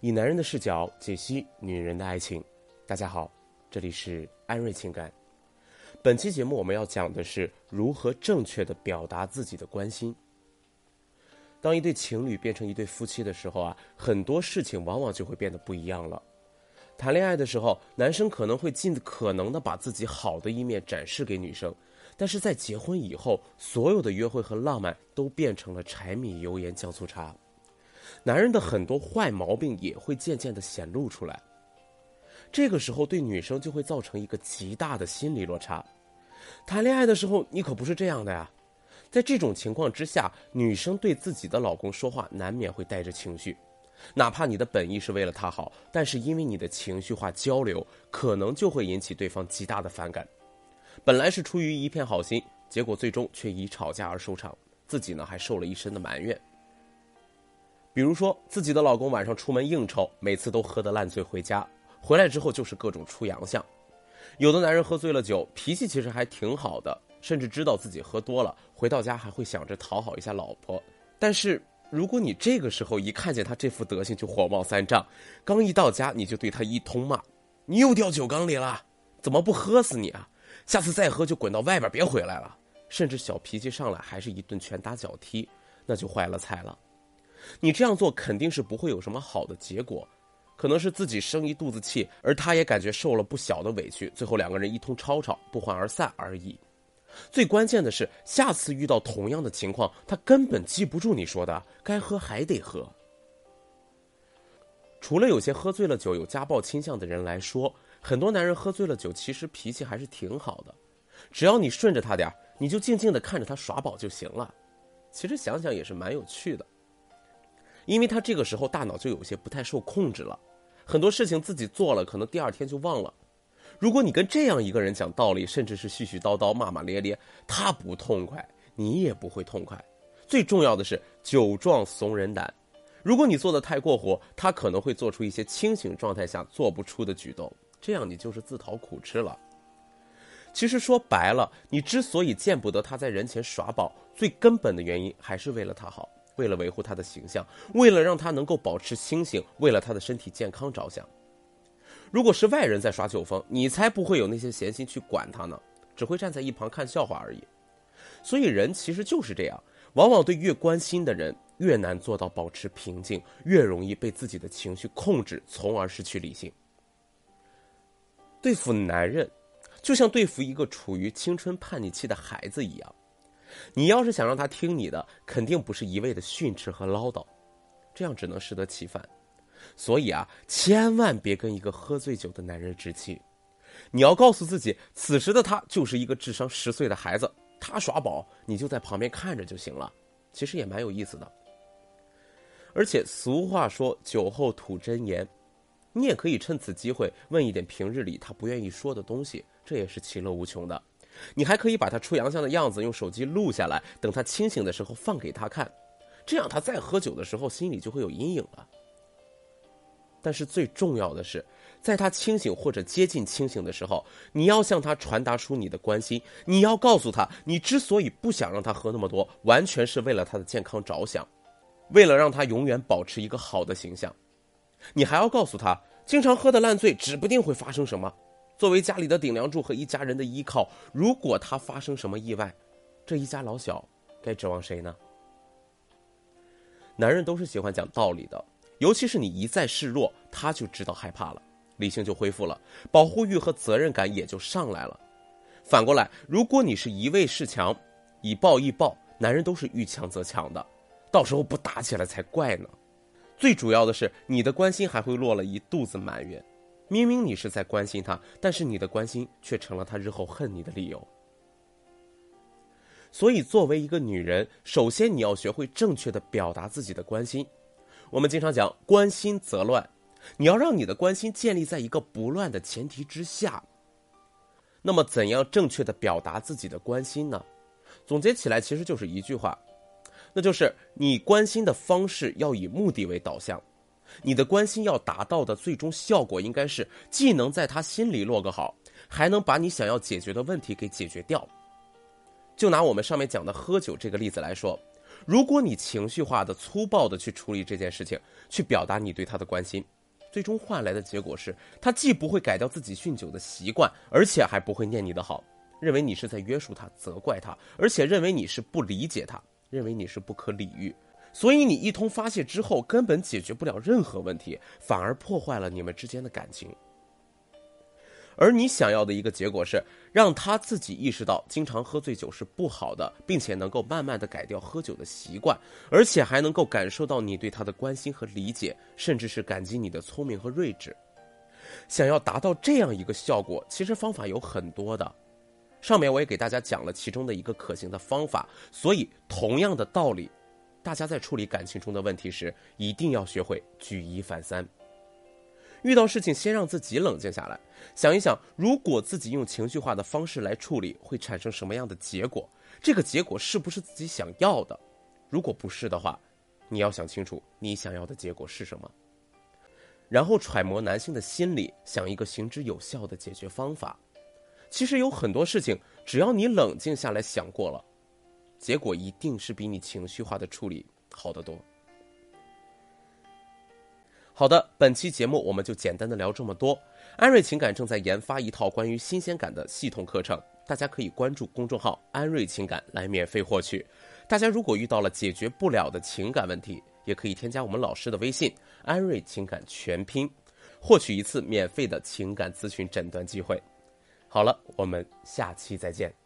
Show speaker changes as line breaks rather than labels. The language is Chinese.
以男人的视角解析女人的爱情。大家好，这里是安瑞情感。本期节目我们要讲的是如何正确的表达自己的关心。当一对情侣变成一对夫妻的时候啊，很多事情往往就会变得不一样了。谈恋爱的时候，男生可能会尽可能的把自己好的一面展示给女生，但是在结婚以后，所有的约会和浪漫都变成了柴米油盐酱醋茶。男人的很多坏毛病也会渐渐地显露出来，这个时候对女生就会造成一个极大的心理落差。谈恋爱的时候你可不是这样的呀。在这种情况之下，女生对自己的老公说话难免会带着情绪，哪怕你的本意是为了他好，但是因为你的情绪化交流，可能就会引起对方极大的反感。本来是出于一片好心，结果最终却以吵架而收场，自己呢还受了一身的埋怨。比如说自己的老公晚上出门应酬，每次都喝得烂醉回家，回来之后就是各种出洋相。有的男人喝醉了酒，脾气其实还挺好的，甚至知道自己喝多了，回到家还会想着讨好一下老婆。但是如果你这个时候一看见他这副德行就火冒三丈，刚一到家你就对他一通骂，你又掉酒缸里了，怎么不喝死你啊，下次再喝就滚到外边别回来了，甚至小脾气上来还是一顿拳打脚踢，那就坏了菜了。你这样做肯定是不会有什么好的结果，可能是自己生一肚子气，而他也感觉受了不小的委屈，最后两个人一通吵吵，不欢而散而已。最关键的是，下次遇到同样的情况，他根本记不住你说的该喝还得喝。除了有些喝醉了酒有家暴倾向的人来说，很多男人喝醉了酒其实脾气还是挺好的，只要你顺着他点，你就静静地看着他耍宝就行了。其实想想也是蛮有趣的，因为他这个时候大脑就有些不太受控制了，很多事情自己做了可能第二天就忘了。如果你跟这样一个人讲道理，甚至是絮絮叨叨骂骂咧咧，他不痛快，你也不会痛快。最重要的是酒壮怂人胆，如果你做得太过火，他可能会做出一些清醒状态下做不出的举动，这样你就是自讨苦吃了。其实说白了，你之所以见不得他在人前耍宝，最根本的原因还是为了他好，为了维护他的形象，为了让他能够保持清醒，为了他的身体健康着想。如果是外人在耍酒疯，你才不会有那些闲心去管他呢，只会站在一旁看笑话而已。所以人其实就是这样，往往对越关心的人越难做到保持平静，越容易被自己的情绪控制，从而失去理性。对付男人就像对付一个处于青春叛逆期的孩子一样，你要是想让他听你的，肯定不是一味的训斥和唠叨，这样只能适得其反。所以啊，千万别跟一个喝醉酒的男人置气。你要告诉自己，此时的他就是一个智商10岁的孩子，他耍宝，你就在旁边看着就行了。其实也蛮有意思的。而且俗话说酒后吐真言，你也可以趁此机会问一点平日里他不愿意说的东西，这也是其乐无穷的。你还可以把他出洋相的样子用手机录下来，等他清醒的时候放给他看，这样他再喝酒的时候心里就会有阴影了。但是最重要的是，在他清醒或者接近清醒的时候，你要向他传达出你的关心，你要告诉他，你之所以不想让他喝那么多，完全是为了他的健康着想，为了让他永远保持一个好的形象。你还要告诉他，经常喝得烂醉指不定会发生什么，作为家里的顶梁柱和一家人的依靠，如果他发生什么意外，这一家老小该指望谁呢？男人都是喜欢讲道理的，尤其是你一再示弱，他就知道害怕了，理性就恢复了，保护欲和责任感也就上来了。反过来，如果你是一味示强，以暴易暴，男人都是遇强则强的，到时候不打起来才怪呢。最主要的是，你的关心还会落了一肚子埋怨，明明你是在关心他，但是你的关心却成了他日后恨你的理由。所以作为一个女人，首先你要学会正确的表达自己的关心。我们经常讲关心则乱，你要让你的关心建立在一个不乱的前提之下。那么怎样正确的表达自己的关心呢？总结起来其实就是一句话，那就是你关心的方式要以目的为导向，你的关心要达到的最终效果应该是既能在他心里落个好，还能把你想要解决的问题给解决掉。就拿我们上面讲的喝酒这个例子来说， 如果你情绪化的、粗暴的去处理这件事情，去表达你对他的关心，最终换来的结果是，他既不会改掉自己酗酒的习惯，而且还不会念你的好，认为你是在约束他、责怪他，而且认为你是不理解他，认为你是不可理喻。所以你一通发泄之后，根本解决不了任何问题，反而破坏了你们之间的感情。而你想要的一个结果是，让他自己意识到经常喝醉酒是不好的，并且能够慢慢的改掉喝酒的习惯，而且还能够感受到你对他的关心和理解，甚至是感激你的聪明和睿智。想要达到这样一个效果，其实方法有很多的，上面我也给大家讲了其中的一个可行的方法。所以同样的道理，大家在处理感情中的问题时，一定要学会举一反三。遇到事情先让自己冷静下来，想一想，如果自己用情绪化的方式来处理，会产生什么样的结果？这个结果是不是自己想要的？如果不是的话，你要想清楚你想要的结果是什么，然后揣摩男性的心理，想一个行之有效的解决方法。其实有很多事情，只要你冷静下来想过了，结果一定是比你情绪化的处理好得多。好的，本期节目我们就简单的聊这么多。安瑞情感正在研发一套关于新鲜感的系统课程，大家可以关注公众号安瑞情感来免费获取。大家如果遇到了解决不了的情感问题，也可以添加我们老师的微信安瑞情感全拼，获取一次免费的情感咨询诊断机会。好了，我们下期再见。